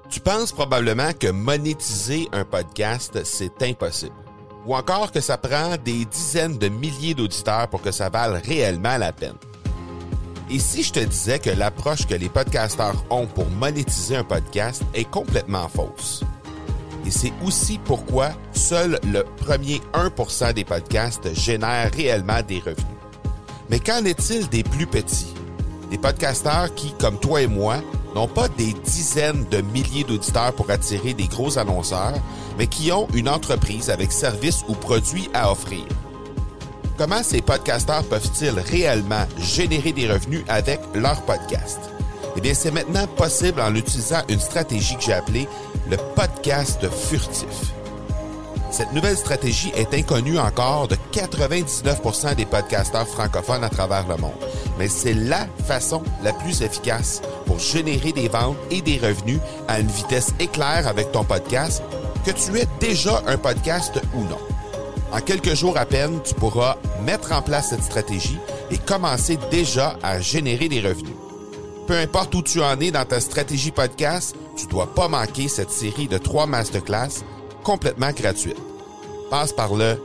Tu penses probablement que monétiser un podcast, c'est impossible. Ou encore que ça prend des dizaines de milliers d'auditeurs pour que ça vale réellement la peine. Et si je te disais que l'approche que les podcasteurs ont pour monétiser un podcast est complètement fausse? Et c'est aussi pourquoi seul le premier 1% des podcasts génèrent réellement des revenus. Mais qu'en est-il des plus petits? Des podcasteurs qui, comme toi et moi, n'ont pas des dizaines de milliers d'auditeurs pour attirer des gros annonceurs, mais qui ont une entreprise avec services ou produits à offrir. Comment ces podcasteurs peuvent-ils réellement générer des revenus avec leur podcast? Eh bien, c'est maintenant possible en utilisant une stratégie que j'ai appelée le podcast furtif. Cette nouvelle stratégie est inconnue encore de 99% des podcasteurs francophones à travers le monde. Mais c'est la façon la plus efficace pour générer des ventes et des revenus à une vitesse éclair avec ton podcast, que tu aies déjà un podcast ou non. En quelques jours à peine, tu pourras mettre en place cette stratégie et commencer déjà à générer des revenus. Peu importe où tu en es dans ta stratégie podcast, tu ne dois pas manquer cette série de 3 masterclass complètement gratuite. Passe par le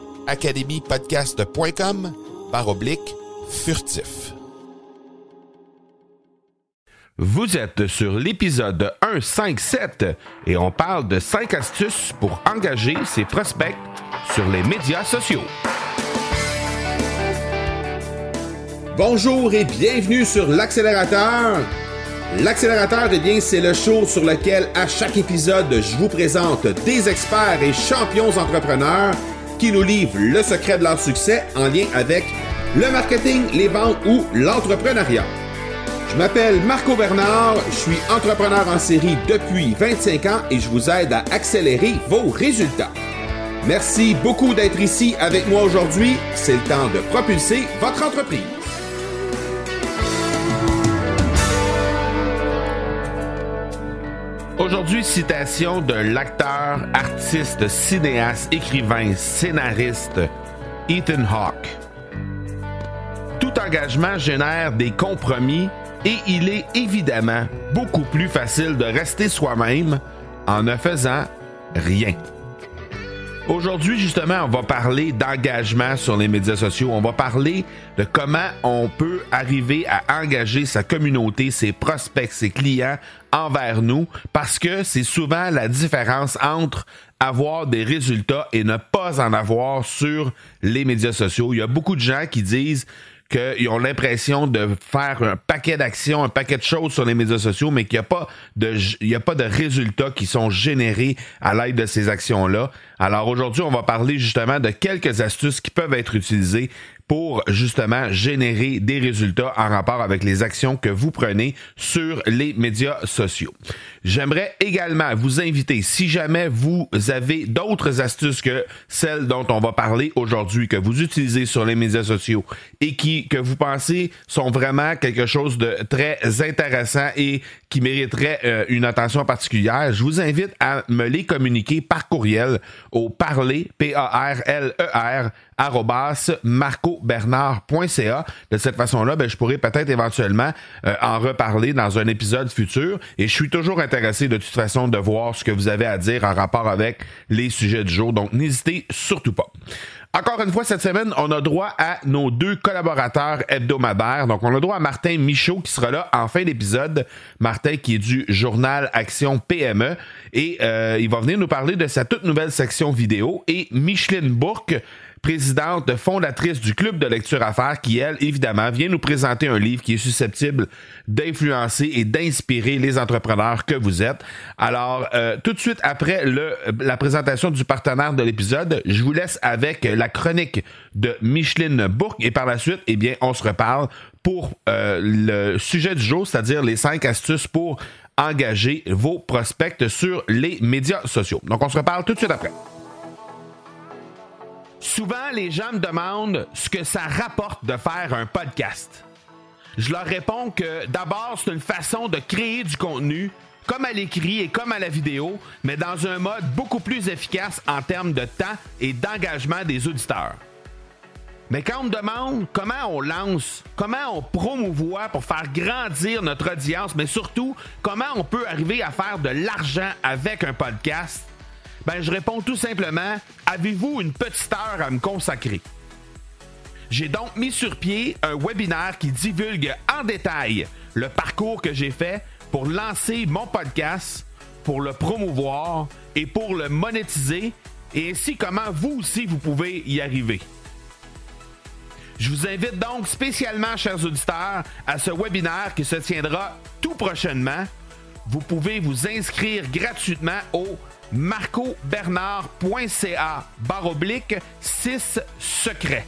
academypodcast.com/furtif. Vous êtes sur l'épisode 157 et on parle de 5 astuces pour engager ses prospects sur les médias sociaux. Bonjour et bienvenue sur l'Accélérateur. L'Accélérateur, eh bien, c'est le show sur lequel, à chaque épisode, je vous présente des experts et champions entrepreneurs qui nous livrent le secret de leur succès en lien avec le marketing, les ventes ou l'entrepreneuriat. Je m'appelle Marco Bernard, je suis entrepreneur en série depuis 25 ans et je vous aide à accélérer vos résultats. Merci beaucoup d'être ici avec moi aujourd'hui. C'est le temps de propulser votre entreprise. Aujourd'hui, citation de l'acteur, artiste, cinéaste, écrivain, scénariste Ethan Hawke. Tout engagement génère des compromis et il est évidemment beaucoup plus facile de rester soi-même en ne faisant rien. Aujourd'hui, justement, on va parler d'engagement sur les médias sociaux. On va parler de comment on peut arriver à engager sa communauté, ses prospects, ses clients envers nous, parce que c'est souvent la différence entre avoir des résultats et ne pas en avoir sur les médias sociaux. Il y a beaucoup de gens qui disent qu'ils ont l'impression de faire un paquet d'actions, un paquet de choses sur les médias sociaux, mais qu'il n'y a pas de résultats qui sont générés à l'aide de ces actions-là. Alors aujourd'hui, on va parler justement de quelques astuces qui peuvent être utilisées pour justement générer des résultats en rapport avec les actions que vous prenez sur les médias sociaux. J'aimerais également vous inviter, si jamais vous avez d'autres astuces que celles dont on va parler aujourd'hui, que vous utilisez sur les médias sociaux et que vous pensez sont vraiment quelque chose de très intéressant et qui mériterait une attention particulière, je vous invite à me les communiquer par courriel au parler, P-A-R-L-E-R, @marcobernard.ca. De cette façon-là, je pourrais peut-être éventuellement en reparler dans un épisode futur. Et je suis toujours intéressé de toute façon de voir ce que vous avez à dire en rapport avec les sujets du jour. Donc, n'hésitez surtout pas. Encore une fois, cette semaine, on a droit à nos 2 collaborateurs hebdomadaires. Donc, on a droit à Martin Michaud qui sera là en fin d'épisode. Martin qui est du journal Action PME. Et il va venir nous parler de sa toute nouvelle section vidéo. Et Micheline Bourque, présidente fondatrice du Club de lecture affaires, qui, elle, évidemment, vient nous présenter un livre qui est susceptible d'influencer et d'inspirer les entrepreneurs que vous êtes. Alors, tout de suite après la présentation du partenaire de l'épisode, je vous laisse avec la chronique de Micheline Bourque et par la suite, eh bien, on se reparle pour le sujet du jour, c'est-à-dire les 5 astuces pour engager vos prospects sur les médias sociaux. Donc, on se reparle tout de suite après. Souvent, les gens me demandent ce que ça rapporte de faire un podcast. Je leur réponds que d'abord, c'est une façon de créer du contenu, comme à l'écrit et comme à la vidéo, mais dans un mode beaucoup plus efficace en termes de temps et d'engagement des auditeurs. Mais quand on me demande comment on lance, comment on promouvoit pour faire grandir notre audience, mais surtout, comment on peut arriver à faire de l'argent avec un podcast, ben je réponds tout simplement, avez-vous une petite heure à me consacrer? J'ai donc mis sur pied un webinaire qui divulgue en détail le parcours que j'ai fait pour lancer mon podcast, pour le promouvoir et pour le monétiser, et ainsi comment vous aussi vous pouvez y arriver. Je vous invite donc spécialement, chers auditeurs, à ce webinaire qui se tiendra tout prochainement. Vous pouvez vous inscrire gratuitement au marcobernard.ca/6 secrets.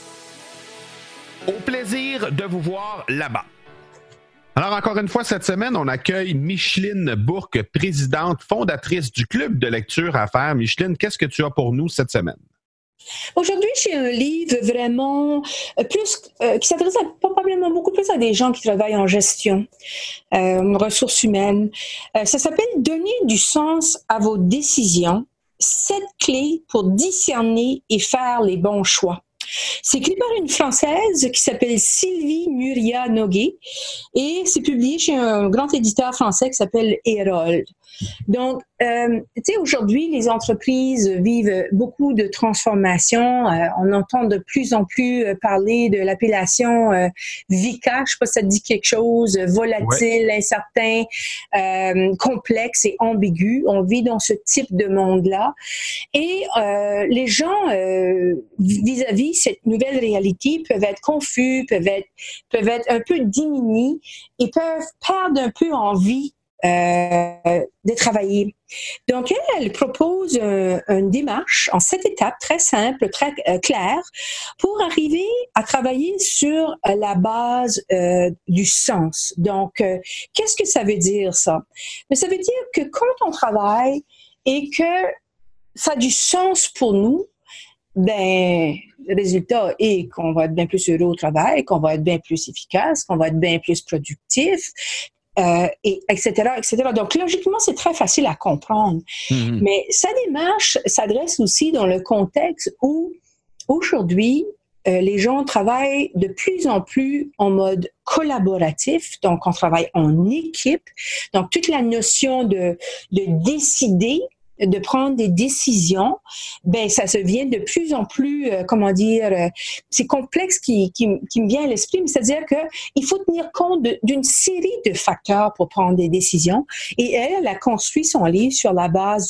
Au plaisir de vous voir là-bas. Alors, encore une fois, cette semaine, on accueille Micheline Bourque, présidente fondatrice du Club de lecture à faire. Micheline, qu'est-ce que tu as pour nous cette semaine? Aujourd'hui, j'ai un livre vraiment qui s'adresse probablement beaucoup plus à des gens qui travaillent en gestion, ressources humaines. Ça s'appelle « Donner du sens à vos décisions, 7 clés pour discerner et faire les bons choix ». C'est écrit par une Française qui s'appelle Sylvie Nuria Noguet et c'est publié chez un grand éditeur français qui s'appelle Hérold. Donc, tu sais, aujourd'hui, les entreprises vivent beaucoup de transformations. On entend de plus en plus parler de l'appellation VICA, je ne sais pas si ça te dit quelque chose, volatile, incertain, complexe et ambigu. On vit dans ce type de monde-là. Et les gens, vis-à-vis cette nouvelle réalité, peuvent être confus, peuvent être un peu diminués et peuvent perdre un peu envie de travailler. Donc, elle propose une démarche en 7 étapes très simple, très claire, pour arriver à travailler sur la base du sens. Donc, qu'est-ce que ça veut dire, ça? Mais ça veut dire que quand on travaille et que ça a du sens pour nous, ben, le résultat est qu'on va être bien plus heureux au travail, qu'on va être bien plus efficace, qu'on va être bien plus productif, et etc., etc. Donc, logiquement, c'est très facile à comprendre. Mm-hmm. Mais sa démarche s'adresse aussi dans le contexte où, aujourd'hui, les gens travaillent de plus en plus en mode collaboratif. Donc, on travaille en équipe. Donc, toute la notion de décider, de prendre des décisions, ben ça se vient de plus en plus, c'est complexe qui me vient à l'esprit, mais c'est-à-dire que il faut tenir compte d'une série de facteurs pour prendre des décisions. Et elle a construit son livre sur la base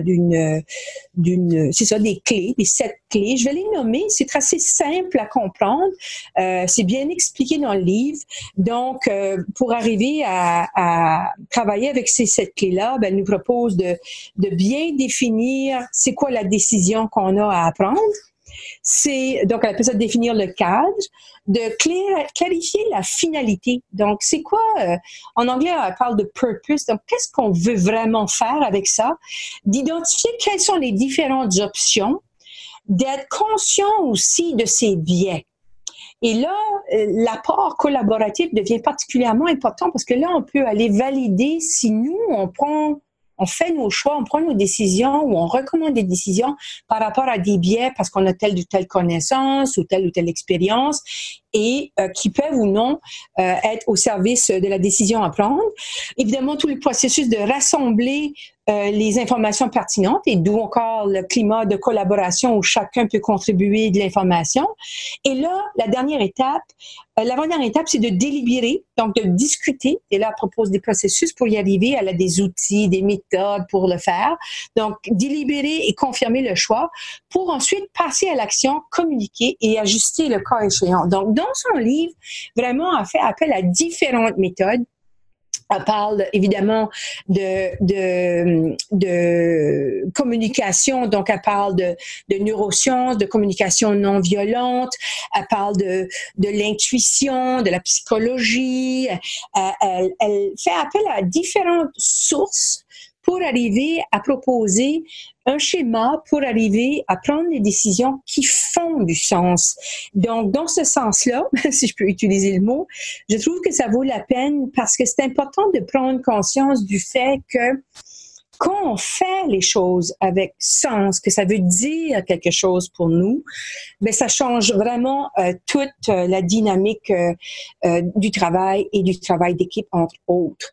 c'est ça, des clés, des 7 clés. Je vais les nommer, c'est assez simple à comprendre. C'est bien expliqué dans le livre. Donc, pour arriver à travailler avec ces 7 clés-là, ben, elle nous propose de bien définir c'est quoi la décision qu'on a à prendre. Donc, elle appelle ça définir le cadre, de clarifier la finalité. Donc, c'est quoi, en anglais, elle parle de purpose. Donc, qu'est-ce qu'on veut vraiment faire avec ça? D'identifier quelles sont les différentes options, d'être conscient aussi de ses biais. Et là, l'apport collaboratif devient particulièrement important parce que là, on peut aller valider si nous, on fait nos choix, on prend nos décisions ou on recommande des décisions par rapport à des biais parce qu'on a telle ou telle connaissance ou telle expérience et qui peuvent ou non être au service de la décision à prendre. Évidemment, tout le processus de rassembler les informations pertinentes et d'où encore le climat de collaboration où chacun peut contribuer de l'information. Et là, l'avant-dernière étape, c'est de délibérer, donc de discuter. Et là, elle propose des processus pour y arriver. Elle a des outils, des méthodes pour le faire. Donc, délibérer et confirmer le choix pour ensuite passer à l'action, communiquer et ajuster le cas échéant. Donc, dans son livre, vraiment, elle fait appel à différentes méthodes. Elle parle évidemment de communication, donc elle parle de neurosciences, de communication non violente, elle parle de l'intuition, de la psychologie, elle fait appel à différentes sources pour arriver à proposer un schéma pour arriver à prendre les décisions qui font du sens. Donc, dans ce sens-là, si je peux utiliser le mot, je trouve que ça vaut la peine parce que c'est important de prendre conscience du fait que quand on fait les choses avec sens, que ça veut dire quelque chose pour nous, ben ça change vraiment toute la dynamique du travail et du travail d'équipe, entre autres.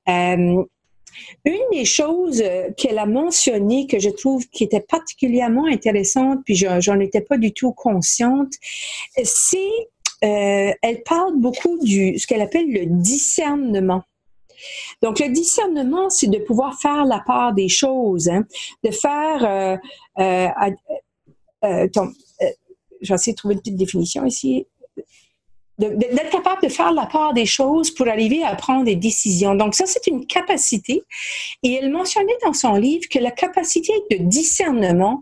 Une des choses qu'elle a mentionnées que je trouve qui était particulièrement intéressante, puis j'en étais pas du tout consciente, c'est elle parle beaucoup ce qu'elle appelle le discernement. Donc, le discernement, c'est de pouvoir faire la part des choses, hein, de faire... je vais essayer de trouver une petite définition ici. D'être capable de faire la part des choses pour arriver à prendre des décisions. Donc, ça, c'est une capacité. Et elle mentionnait dans son livre que la capacité de discernement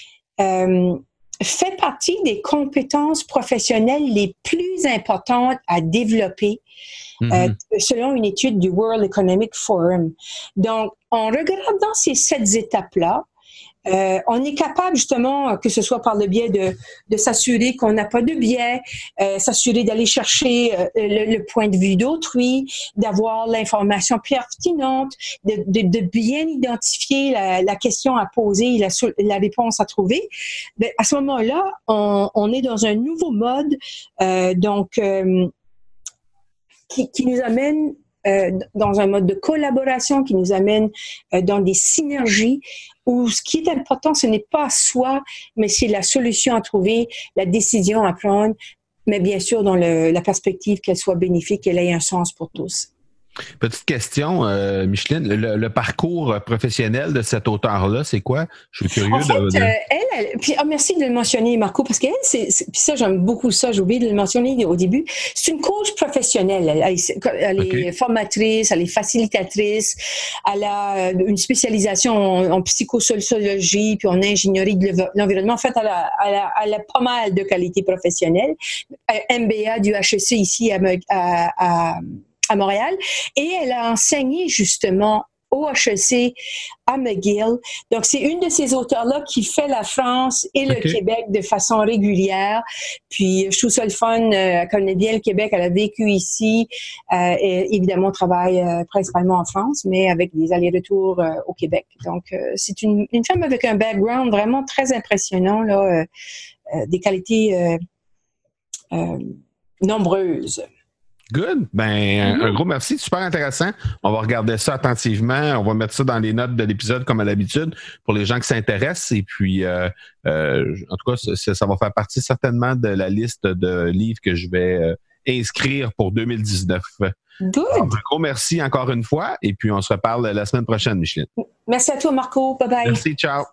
fait partie des compétences professionnelles les plus importantes à développer selon une étude du World Economic Forum. Donc, en regardant ces 7 étapes-là, on est capable justement, que ce soit par le biais de s'assurer qu'on n'a pas de biais, s'assurer d'aller chercher le point de vue d'autrui, d'avoir l'information pertinente, de bien identifier la question à poser et la réponse à trouver. Ben, à ce moment-là, on est dans un nouveau mode, qui nous amène dans un mode de collaboration, qui nous amène dans des synergies où ce qui est important, ce n'est pas soi, mais c'est la solution à trouver, la décision à prendre, mais bien sûr dans la perspective qu'elle soit bénéfique, qu'elle ait un sens pour tous. Petite question, Micheline, le parcours professionnel de cet auteur-là, c'est quoi? Je suis curieux en fait, puis, merci de le mentionner, Marco, parce qu'elle, puis ça, j'aime beaucoup ça, j'ai oublié de le mentionner au début. C'est une coach professionnelle. Elle est formatrice, elle est facilitatrice, elle a une spécialisation en psychosociologie puis en ingénierie de l'environnement. En fait, elle a pas mal de qualités professionnelles. MBA du HEC ici à Montréal, et elle a enseigné justement au HEC à McGill. Donc, c'est une de ces auteurs-là qui fait la France et le Québec de façon régulière. Puis, je trouve ça le fun. Elle connaît bien le Québec. Elle a vécu ici. Et évidemment, travaille principalement en France, mais avec des allers-retours au Québec. Donc, c'est une femme avec un background vraiment très impressionnant, là, des qualités nombreuses. Good. Ben, un gros merci. Super intéressant. On va regarder ça attentivement. On va mettre ça dans les notes de l'épisode comme à l'habitude pour les gens qui s'intéressent. Et puis, en tout cas, ça va faire partie certainement de la liste de livres que je vais inscrire pour 2019. Good. Alors, un gros merci encore une fois. Et puis, on se reparle la semaine prochaine, Micheline. Merci à toi, Marco. Bye-bye. Merci. Ciao.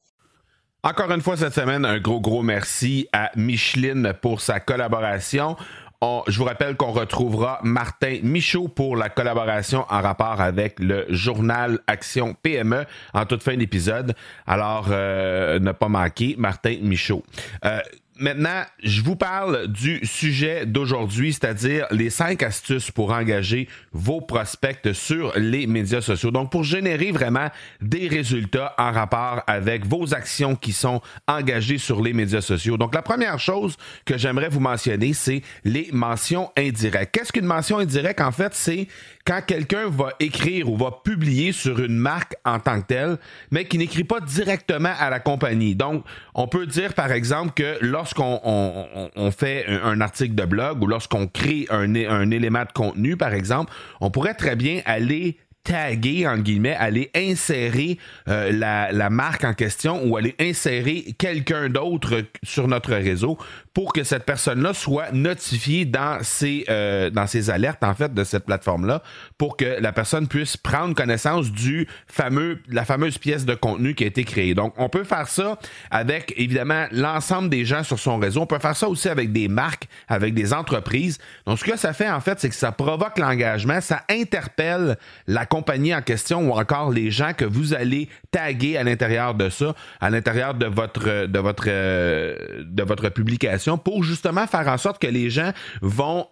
Encore une fois cette semaine, un gros merci à Micheline pour sa collaboration. Je vous rappelle qu'on retrouvera Martin Michaud pour la collaboration en rapport avec le journal Action PME en toute fin d'épisode. Alors, ne pas manquer, Martin Michaud. Maintenant, je vous parle du sujet d'aujourd'hui, c'est-à-dire les 5 astuces pour engager vos prospects sur les médias sociaux. Donc, pour générer vraiment des résultats en rapport avec vos actions qui sont engagées sur les médias sociaux. Donc, la première chose que j'aimerais vous mentionner, c'est les mentions indirectes. Qu'est-ce qu'une mention indirecte? En fait, c'est quand quelqu'un va écrire ou va publier sur une marque en tant que telle, mais qui n'écrit pas directement à la compagnie. Donc, on peut dire, par exemple, que lorsqu'on fait un article de blog ou lorsqu'on crée un élément de contenu, par exemple, on pourrait très bien aller taguer, en guillemets, aller insérer la marque en question ou aller insérer quelqu'un d'autre sur notre réseau pour que cette personne-là soit notifiée dans ses alertes, en fait, de cette plateforme-là, pour que la personne puisse prendre connaissance de la fameuse pièce de contenu qui a été créée. Donc, on peut faire ça avec, évidemment, l'ensemble des gens sur son réseau. On peut faire ça aussi avec des marques, avec des entreprises. Donc, ce que ça fait, en fait, c'est que ça provoque l'engagement, ça interpelle la compagnie en question ou encore les gens que vous allez taguer à l'intérieur de ça, à l'intérieur de votre publication, pour justement faire en sorte que les gens vont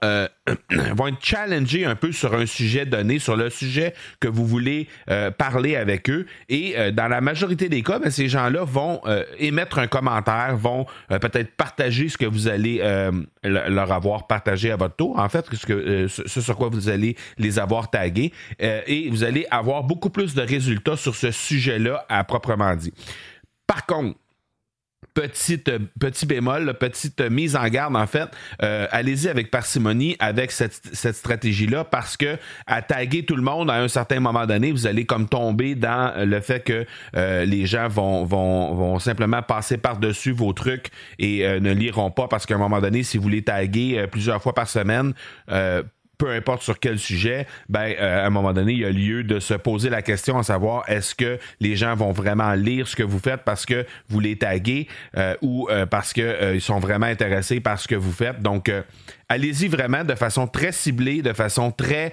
vont être challengés un peu sur un sujet donné, sur le sujet que vous voulez parler avec eux. Et dans la majorité des cas, ces gens-là vont émettre un commentaire, vont peut-être partager ce que vous allez leur avoir partagé à votre tour. En fait, ce sur quoi vous allez les avoir tagués. Et vous allez avoir beaucoup plus de résultats sur ce sujet-là à proprement dit. Par contre, petit bémol, petite mise en garde, en fait, allez-y avec parcimonie avec cette stratégie-là, parce que à taguer tout le monde à un certain moment donné, vous allez comme tomber dans le fait que les gens vont simplement passer par-dessus vos trucs et ne liront pas, parce qu'à un moment donné, si vous les taguez plusieurs fois par semaine, peu importe sur quel sujet, à un moment donné, il y a lieu de se poser la question à savoir, est-ce que les gens vont vraiment lire ce que vous faites parce que vous les taguez ou parce que ils sont vraiment intéressés par ce que vous faites. Donc, allez-y vraiment de façon très ciblée, de façon très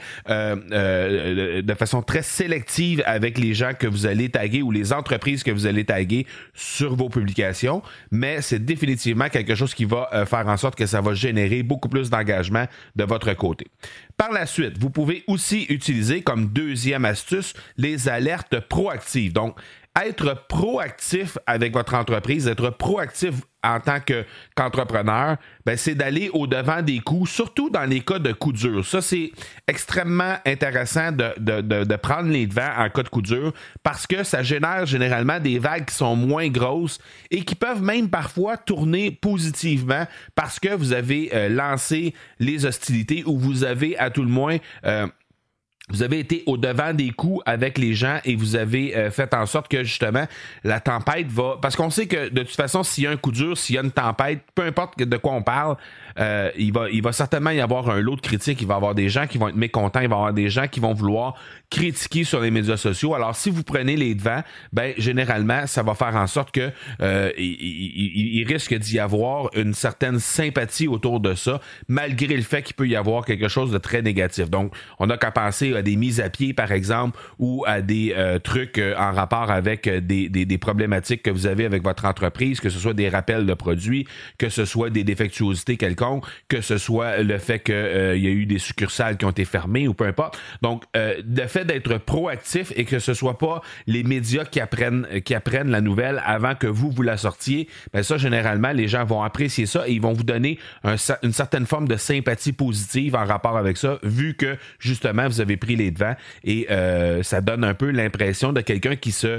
sélective avec les gens que vous allez taguer ou les entreprises que vous allez taguer sur vos publications. Mais c'est définitivement quelque chose qui va faire en sorte que ça va générer beaucoup plus d'engagement de votre côté. Par la suite, vous pouvez aussi utiliser comme deuxième astuce les alertes proactives. Donc, être proactif avec votre entreprise, être proactif en tant qu'entrepreneur, c'est d'aller au-devant des coups, surtout dans les cas de coups durs. Ça, c'est extrêmement intéressant de prendre les devants en cas de coup dur, parce que ça génère généralement des vagues qui sont moins grosses et qui peuvent même parfois tourner positivement parce que vous avez lancé les hostilités ou vous avez à tout le moins... vous avez été au-devant des coups avec les gens et vous avez fait en sorte que, justement, la tempête va... Parce qu'on sait que, de toute façon, s'il y a un coup dur, s'il y a une tempête, peu importe de quoi on parle, il va certainement y avoir un lot de critiques. Il va y avoir des gens qui vont être mécontents. Il va y avoir des gens qui vont vouloir critiquer sur les médias sociaux. Alors, si vous prenez les devants, généralement, ça va faire en sorte que il risque d'y avoir une certaine sympathie autour de ça, malgré le fait qu'il peut y avoir quelque chose de très négatif. Donc, on n'a qu'à penser à des mises à pied, par exemple, ou à des trucs en rapport avec des problématiques que vous avez avec votre entreprise, que ce soit des rappels de produits, que ce soit des défectuosités quelconques, que ce soit le fait qu'il y a eu des succursales qui ont été fermées ou peu importe. Donc, le fait d'être proactif et que ce soit pas les médias qui apprennent la nouvelle avant que vous la sortiez, ça, généralement, les gens vont apprécier ça et ils vont vous donner une certaine forme de sympathie positive en rapport avec ça, vu que, justement, vous avez pris les devants et ça donne un peu l'impression de quelqu'un qui se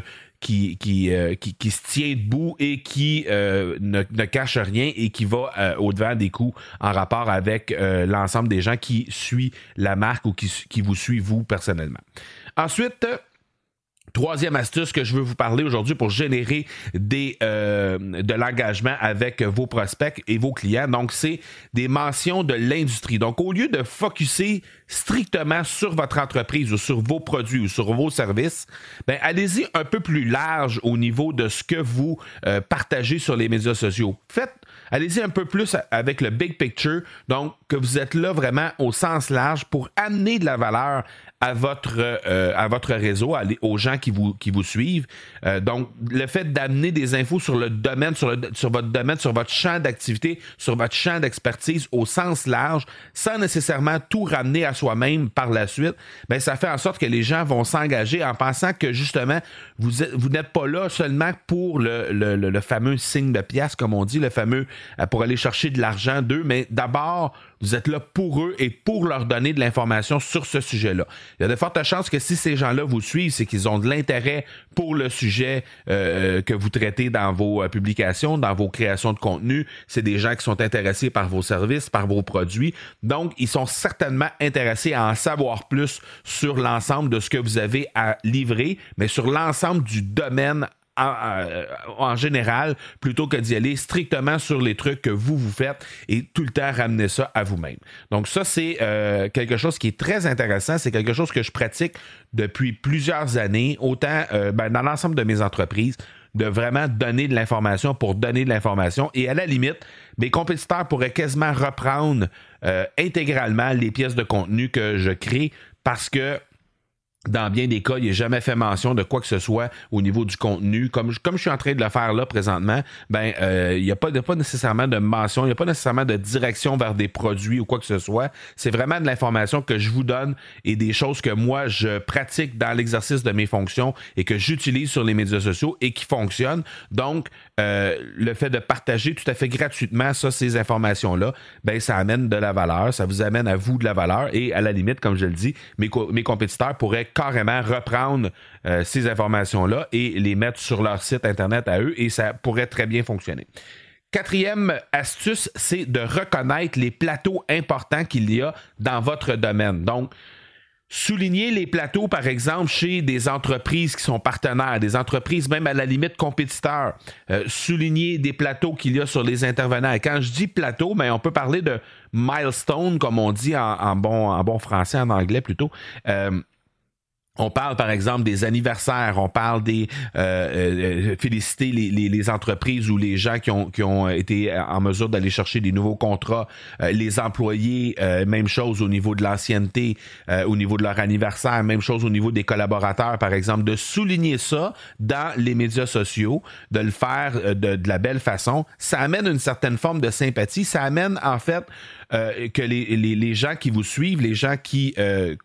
tient debout et qui ne cache rien et qui va au-devant des coups en rapport avec l'ensemble des gens qui suivent la marque ou qui vous suivent vous personnellement. Ensuite, troisième astuce que je veux vous parler aujourd'hui pour générer de l'engagement avec vos prospects et vos clients. Donc, c'est des mentions de l'industrie. Donc, au lieu de focusser strictement sur votre entreprise ou sur vos produits ou sur vos services, allez-y un peu plus large au niveau de ce que vous partagez sur les médias sociaux. Allez-y un peu plus avec le big picture, donc que vous êtes là vraiment au sens large pour amener de la valeur à votre réseau, aux gens qui vous suivent. Donc, le fait d'amener des infos sur le domaine, sur votre domaine, sur votre champ d'activité, sur votre champ d'expertise au sens large, sans nécessairement tout ramener à soi-même par la suite, ça fait en sorte que les gens vont s'engager en pensant que, justement, vous n'êtes pas là seulement pour le fameux signe de pièce, comme on dit, le fameux pour aller chercher de l'argent d'eux, mais d'abord, vous êtes là pour eux et pour leur donner de l'information sur ce sujet-là. Il y a de fortes chances que si ces gens-là vous suivent, c'est qu'ils ont de l'intérêt pour le sujet que vous traitez dans vos publications, dans vos créations de contenu. C'est des gens qui sont intéressés par vos services, par vos produits. Donc, ils sont certainement intéressés à en savoir plus sur l'ensemble de ce que vous avez à livrer, mais sur l'ensemble du domaine en général, plutôt que d'y aller strictement sur les trucs que vous faites et tout le temps ramener ça à vous-même. Donc ça, c'est quelque chose qui est très intéressant. C'est quelque chose que je pratique depuis plusieurs années, autant dans l'ensemble de mes entreprises, de vraiment donner de l'information pour donner de l'information. Et à la limite, mes compétiteurs pourraient quasiment reprendre intégralement les pièces de contenu que je crée parce que Dans bien des cas, il n'est jamais fait mention de quoi que ce soit au niveau du contenu. Comme je suis en train de le faire là présentement, il n'y a pas nécessairement de mention, il n'y a pas nécessairement de direction vers des produits ou quoi que ce soit. C'est vraiment de l'information que je vous donne et des choses que moi, je pratique dans l'exercice de mes fonctions et que j'utilise sur les médias sociaux et qui fonctionnent. Donc, le fait de partager tout à fait gratuitement ces informations-là, ça amène de la valeur, ça vous amène à vous de la valeur et à la limite, comme je le dis, mes compétiteurs pourraient carrément reprendre ces informations-là et les mettre sur leur site Internet à eux et ça pourrait très bien fonctionner. Quatrième astuce, c'est de reconnaître les plateaux importants qu'il y a dans votre domaine. Donc, souligner les plateaux, par exemple, chez des entreprises qui sont partenaires, des entreprises même à la limite compétiteurs. Souligner des plateaux qu'il y a sur les intervenants. Et quand je dis plateau, on peut parler de milestone, comme on dit en bon français, en anglais plutôt. On parle, par exemple, des anniversaires, on parle des féliciter les entreprises ou les gens qui ont été en mesure d'aller chercher des nouveaux contrats, les employés, même chose au niveau de l'ancienneté, au niveau de leur anniversaire, même chose au niveau des collaborateurs, par exemple, de souligner ça dans les médias sociaux, de le faire de la belle façon. Ça amène une certaine forme de sympathie, ça amène en fait que les gens qui vous suivent, les gens qui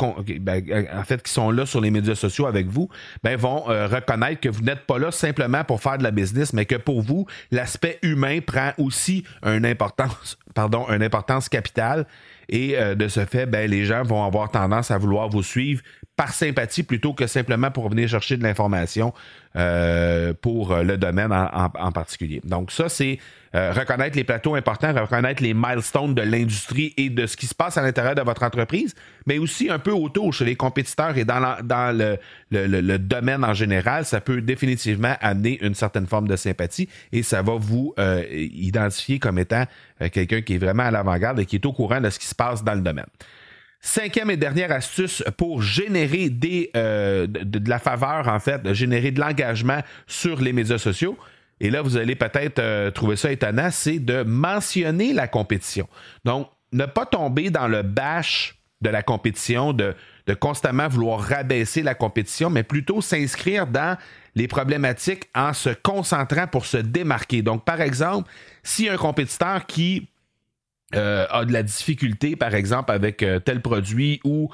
qui sont là sur les médias sociaux avec vous, vont reconnaître que vous n'êtes pas là simplement pour faire de la business, mais que pour vous, l'aspect humain prend aussi une importance capitale. Et de ce fait, les gens vont avoir tendance à vouloir vous suivre par sympathie plutôt que simplement pour venir chercher de l'information pour le domaine en particulier. Donc ça, c'est reconnaître les plateaux importants, reconnaître les milestones de l'industrie et de ce qui se passe à l'intérieur de votre entreprise, mais aussi un peu autour chez les compétiteurs et dans le domaine en général. Ça peut définitivement amener une certaine forme de sympathie et ça va vous identifier comme étant quelqu'un qui est vraiment à l'avant-garde et qui est au courant de ce qui se passe dans le domaine. Cinquième et dernière astuce pour générer de la faveur, en fait, générer de l'engagement sur les médias sociaux. Et là, vous allez peut-être trouver ça étonnant, c'est de mentionner la compétition. Donc, ne pas tomber dans le bash de la compétition, de constamment vouloir rabaisser la compétition, mais plutôt s'inscrire dans les problématiques en se concentrant pour se démarquer. Donc, par exemple, s'il y a un compétiteur qui a de la difficulté, par exemple, avec tel produit ou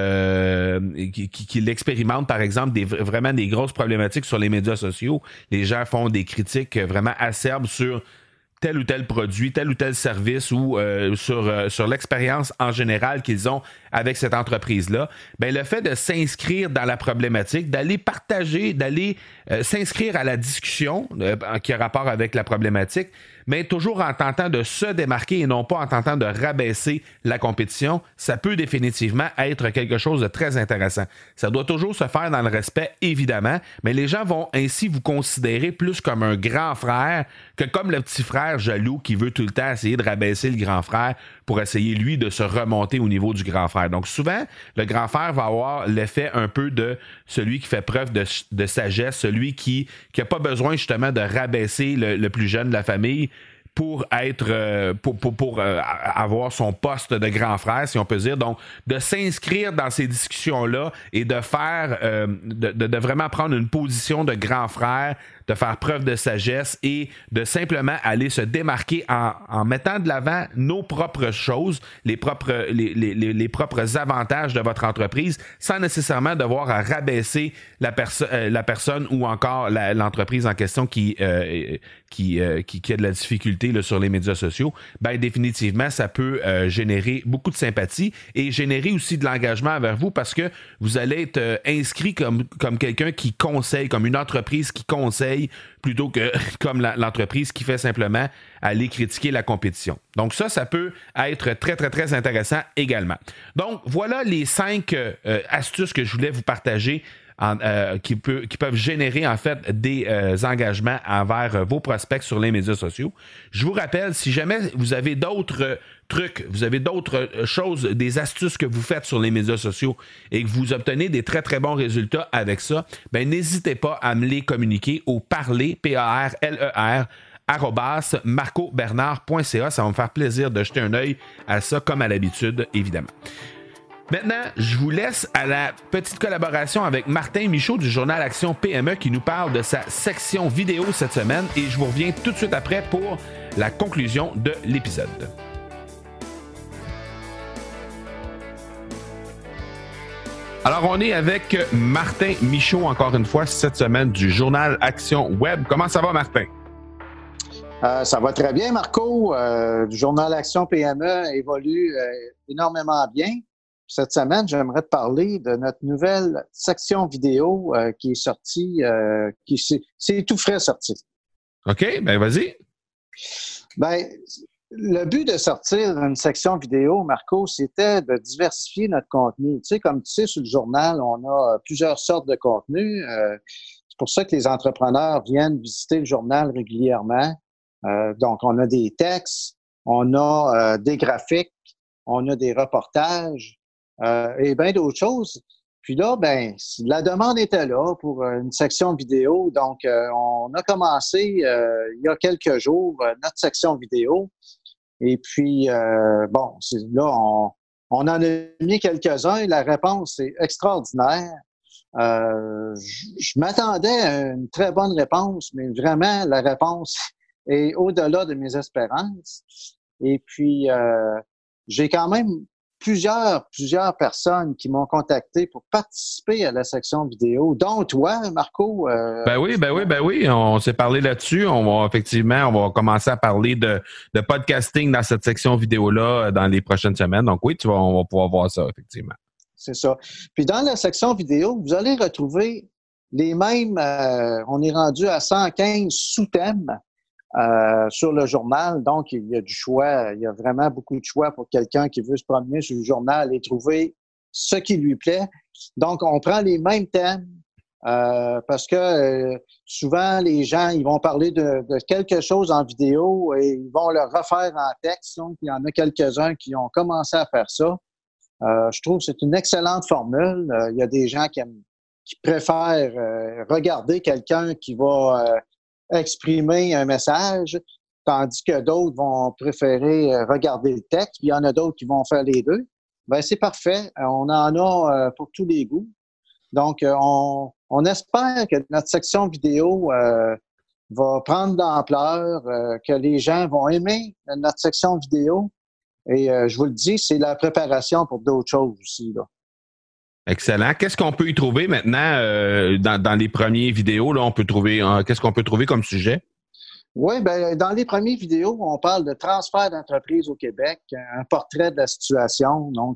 qui l'expérimente, par exemple, vraiment des grosses problématiques sur les médias sociaux. Les gens font des critiques vraiment acerbes sur tel ou tel produit, tel ou tel service ou sur l'expérience en général qu'ils ont avec cette entreprise-là. Le fait de s'inscrire dans la problématique, d'aller partager, d'aller s'inscrire à la discussion qui a rapport avec la problématique, mais toujours en tentant de se démarquer et non pas en tentant de rabaisser la compétition, ça peut définitivement être quelque chose de très intéressant. Ça doit toujours se faire dans le respect, évidemment, mais les gens vont ainsi vous considérer plus comme un grand frère que comme le petit frère jaloux qui veut tout le temps essayer de rabaisser le grand frère pour essayer, lui, de se remonter au niveau du grand frère. Donc souvent, le grand frère va avoir l'effet un peu de celui qui fait preuve de sagesse, celui qui n'a pas besoin justement de rabaisser le plus jeune de la famille pour être pour avoir son poste de grand frère, si on peut dire. Donc, de s'inscrire dans ces discussions-là et de faire de vraiment prendre une position de grand frère, de faire preuve de sagesse et de simplement aller se démarquer en mettant de l'avant nos propres choses, les propres avantages de votre entreprise, sans nécessairement devoir rabaisser la personne ou encore l'entreprise en question qui a de la difficulté là, sur les médias sociaux. Définitivement, ça peut générer beaucoup de sympathie et générer aussi de l'engagement envers vous parce que vous allez être inscrit comme quelqu'un qui conseille, comme une entreprise qui conseille plutôt que comme l'entreprise qui fait simplement aller critiquer la compétition. Donc ça peut être très, très, très intéressant également. Donc, voilà les 5 astuces que je voulais vous partager qui peuvent générer en fait des engagements envers vos prospects sur les médias sociaux. Je vous rappelle, si jamais vous avez d'autres trucs, vous avez d'autres choses, des astuces que vous faites sur les médias sociaux et que vous obtenez des très très bons résultats avec ça, n'hésitez pas à me les communiquer au parler, PARLER, @marcobernard.ca. Ça va me faire plaisir de jeter un œil à ça comme à l'habitude, évidemment. Maintenant, je vous laisse à la petite collaboration avec Martin Michaud du journal Action PME qui nous parle de sa section vidéo cette semaine et je vous reviens tout de suite après pour la conclusion de l'épisode. Alors, on est avec Martin Michaud, encore une fois, cette semaine du journal Action Web. Comment ça va, Martin? Ça va très bien, Marco. Du journal Action PME évolue énormément bien. Cette semaine, j'aimerais te parler de notre nouvelle section vidéo qui est sortie, c'est tout frais sorti. OK, ben vas-y. Ben, le but de sortir une section vidéo, Marco, c'était de diversifier notre contenu. Tu sais, comme tu sais, sur le journal, on a plusieurs sortes de contenus. C'est pour ça que les entrepreneurs viennent visiter le journal régulièrement. Donc, on a des textes, on a des graphiques, on a des reportages et bien d'autres choses. Puis là, ben, la demande était là pour une section vidéo. Donc, on a commencé il y a quelques jours notre section vidéo. Et puis, bon, là, on en a mis quelques-uns et la réponse est extraordinaire. Je m'attendais à une très bonne réponse, mais vraiment, la réponse est au-delà de mes espérances. Et puis, j'ai quand même plusieurs personnes qui m'ont contacté pour participer à la section vidéo, dont toi, Marco. Ben oui. On s'est parlé là-dessus. On va commencer à parler de podcasting dans cette section vidéo-là dans les prochaines semaines. Donc oui, on va pouvoir voir ça, effectivement. C'est ça. Puis dans la section vidéo, vous allez retrouver les mêmes, on est rendu à 115 sous-thèmes sur le journal. Donc, il y a du choix. Il y a vraiment beaucoup de choix pour quelqu'un qui veut se promener sur le journal et trouver ce qui lui plaît. Donc, on prend les mêmes thèmes parce que souvent, les gens, ils vont parler de quelque chose en vidéo et ils vont le refaire en texte. Donc, il y en a quelques-uns qui ont commencé à faire ça. Je trouve que c'est une excellente formule. Il y a des gens qui préfèrent regarder quelqu'un qui va exprimer un message, tandis que d'autres vont préférer regarder le texte. Puis il y en a d'autres qui vont faire les deux. Ben c'est parfait. On en a pour tous les goûts. Donc, on espère que notre section vidéo va prendre d'ampleur, que les gens vont aimer notre section vidéo. Et je vous le dis, c'est la préparation pour d'autres choses aussi, là. Excellent. Qu'est-ce qu'on peut y trouver maintenant dans les premières vidéos? Là, qu'est-ce qu'on peut trouver comme sujet? Oui, ben dans les premières vidéos, on parle de transfert d'entreprise au Québec, un portrait de la situation. Donc,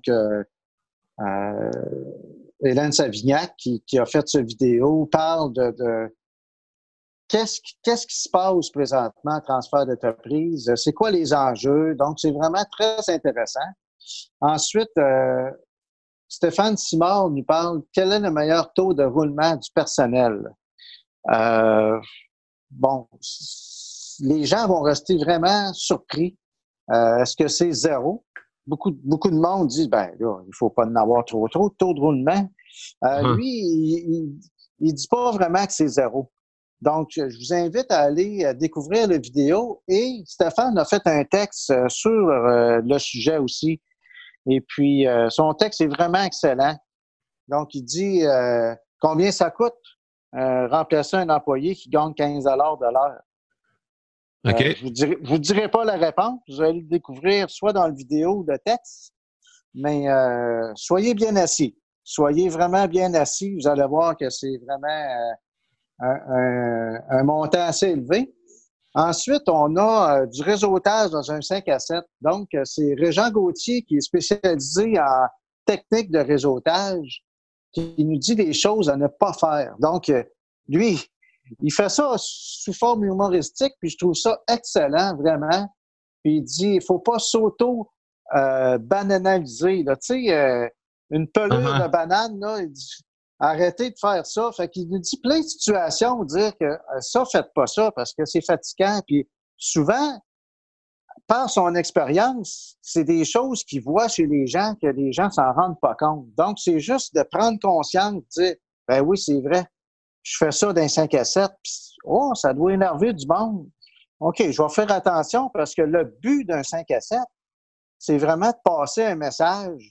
Hélène Savignac, qui a fait cette vidéo, parle de qu'est-ce qui se passe présentement, transfert d'entreprise, c'est quoi les enjeux. Donc, c'est vraiment très intéressant. Ensuite, Stéphane Simard nous parle quel est le meilleur taux de roulement du personnel. Bon, les gens vont rester vraiment surpris. Est-ce que c'est zéro? Beaucoup de monde dit, ben là, il faut pas en avoir trop de taux de roulement. Lui, il dit pas vraiment que c'est zéro. Donc, je vous invite à aller découvrir la vidéo. Et Stéphane a fait un texte sur le sujet aussi. Et puis, son texte est vraiment excellent. Donc, il dit combien ça coûte remplacer un employé qui gagne 15 $ de l'heure. OK. Je vous dirai pas la réponse. Vous allez le découvrir soit dans la vidéo ou le texte. Mais soyez bien assis. Soyez vraiment bien assis. Vous allez voir que c'est vraiment un montant assez élevé. Ensuite, on a du réseautage dans un 5 à 7. Donc, c'est Régent Gauthier qui est spécialisé en technique de réseautage qui nous dit des choses à ne pas faire. Donc, lui, il fait ça sous forme humoristique, puis je trouve ça excellent, vraiment. Puis il dit, il faut pas banaliser. Tu sais, une pelure de banane, là, il dit, arrêtez de faire ça. Fait qu'il nous dit plein de situations, dire que ça, faites pas ça parce que c'est fatigant. Puis souvent, par son expérience, c'est des choses qu'il voit chez les gens que les gens s'en rendent pas compte. Donc, c'est juste de prendre conscience, de dire, ben oui, c'est vrai, je fais ça d'un 5 à 7, puis oh, ça doit énerver du monde. OK, je vais faire attention parce que le but d'un 5 à 7, c'est vraiment de passer un message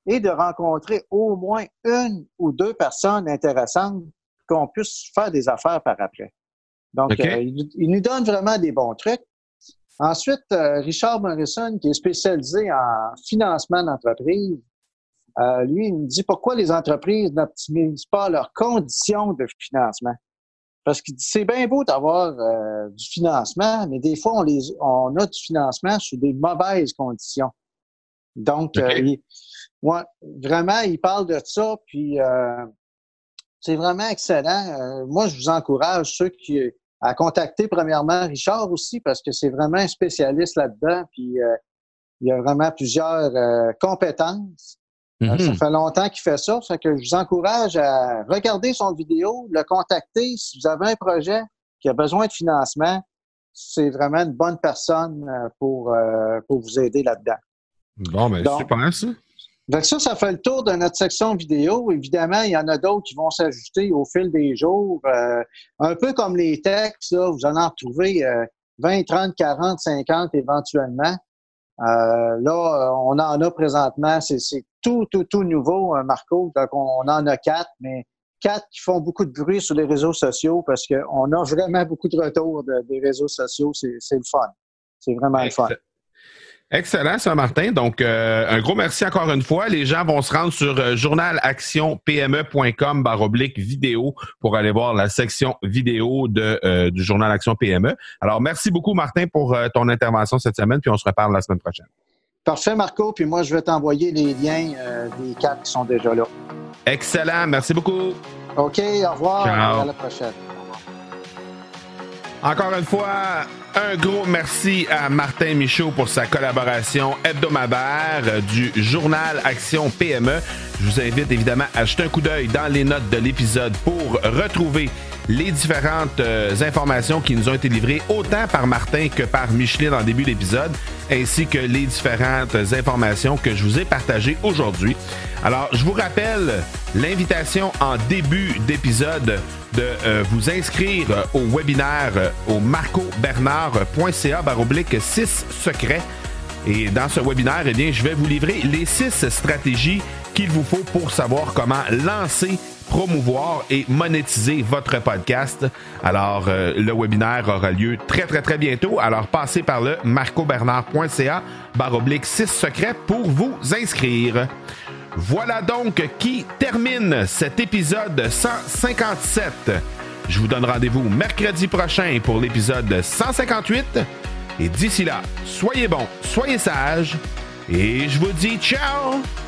et de rencontrer au moins une ou deux personnes intéressantes qu'on puisse faire des affaires par après. Donc, il nous donne vraiment des bons trucs. Ensuite, Richard Morrison, qui est spécialisé en financement d'entreprise, lui, il me dit pourquoi les entreprises n'optimisent pas leurs conditions de financement. Parce qu'il dit, c'est bien beau d'avoir du financement, mais des fois, on a du financement sous des mauvaises conditions. Donc, vraiment, il parle de ça, puis c'est vraiment excellent. Moi, je vous encourage à contacter premièrement Richard aussi, parce que c'est vraiment un spécialiste là-dedans, puis il y a vraiment plusieurs compétences. Ça fait longtemps qu'il fait ça, fait que je vous encourage à regarder son vidéo, le contacter. Si vous avez un projet qui a besoin de financement, c'est vraiment une bonne personne pour vous aider là-dedans. Bon, ben super ça. Donc ça fait le tour de notre section vidéo. Évidemment, il y en a d'autres qui vont s'ajouter au fil des jours. Un peu comme les textes, là, vous allez en retrouver 20, 30, 40, 50 éventuellement. Là, on en a présentement, c'est tout nouveau, Marco. Donc, on en a 4, mais 4 qui font beaucoup de bruit sur les réseaux sociaux parce qu'on a vraiment beaucoup de retours des réseaux sociaux. C'est le fun. C'est vraiment le fun. Excellent, ça, Martin. Donc, un gros merci encore une fois. Les gens vont se rendre sur journalactionpme.com/vidéo pour aller voir la section vidéo du Journal Action PME. Alors, merci beaucoup, Martin, pour ton intervention cette semaine, puis on se reparle la semaine prochaine. Parfait, Marco. Puis moi, je vais t'envoyer les liens des 4 qui sont déjà là. Excellent. Merci beaucoup. OK, au revoir. Ciao. À la prochaine. Encore une fois, un gros merci à Martin Michaud pour sa collaboration hebdomadaire du Journal Action PME. Je vous invite évidemment à jeter un coup d'œil dans les notes de l'épisode pour retrouver les différentes informations qui nous ont été livrées autant par Martin que par Micheline en début d'épisode, ainsi que les différentes informations que je vous ai partagées aujourd'hui. Alors, je vous rappelle l'invitation en début d'épisode de vous inscrire au webinaire au marcobernard.ca/6 secrets. Et dans ce webinaire, eh bien, je vais vous livrer les 6 stratégies qu'il vous faut pour savoir comment lancer, promouvoir et monétiser votre podcast. Alors, le webinaire aura lieu très, très, très bientôt. Alors, passez par le marcobernard.ca/6 secrets pour vous inscrire. Voilà donc qui termine cet épisode 157. Je vous donne rendez-vous mercredi prochain pour l'épisode 158. Et d'ici là, soyez bons, soyez sages, et je vous dis ciao!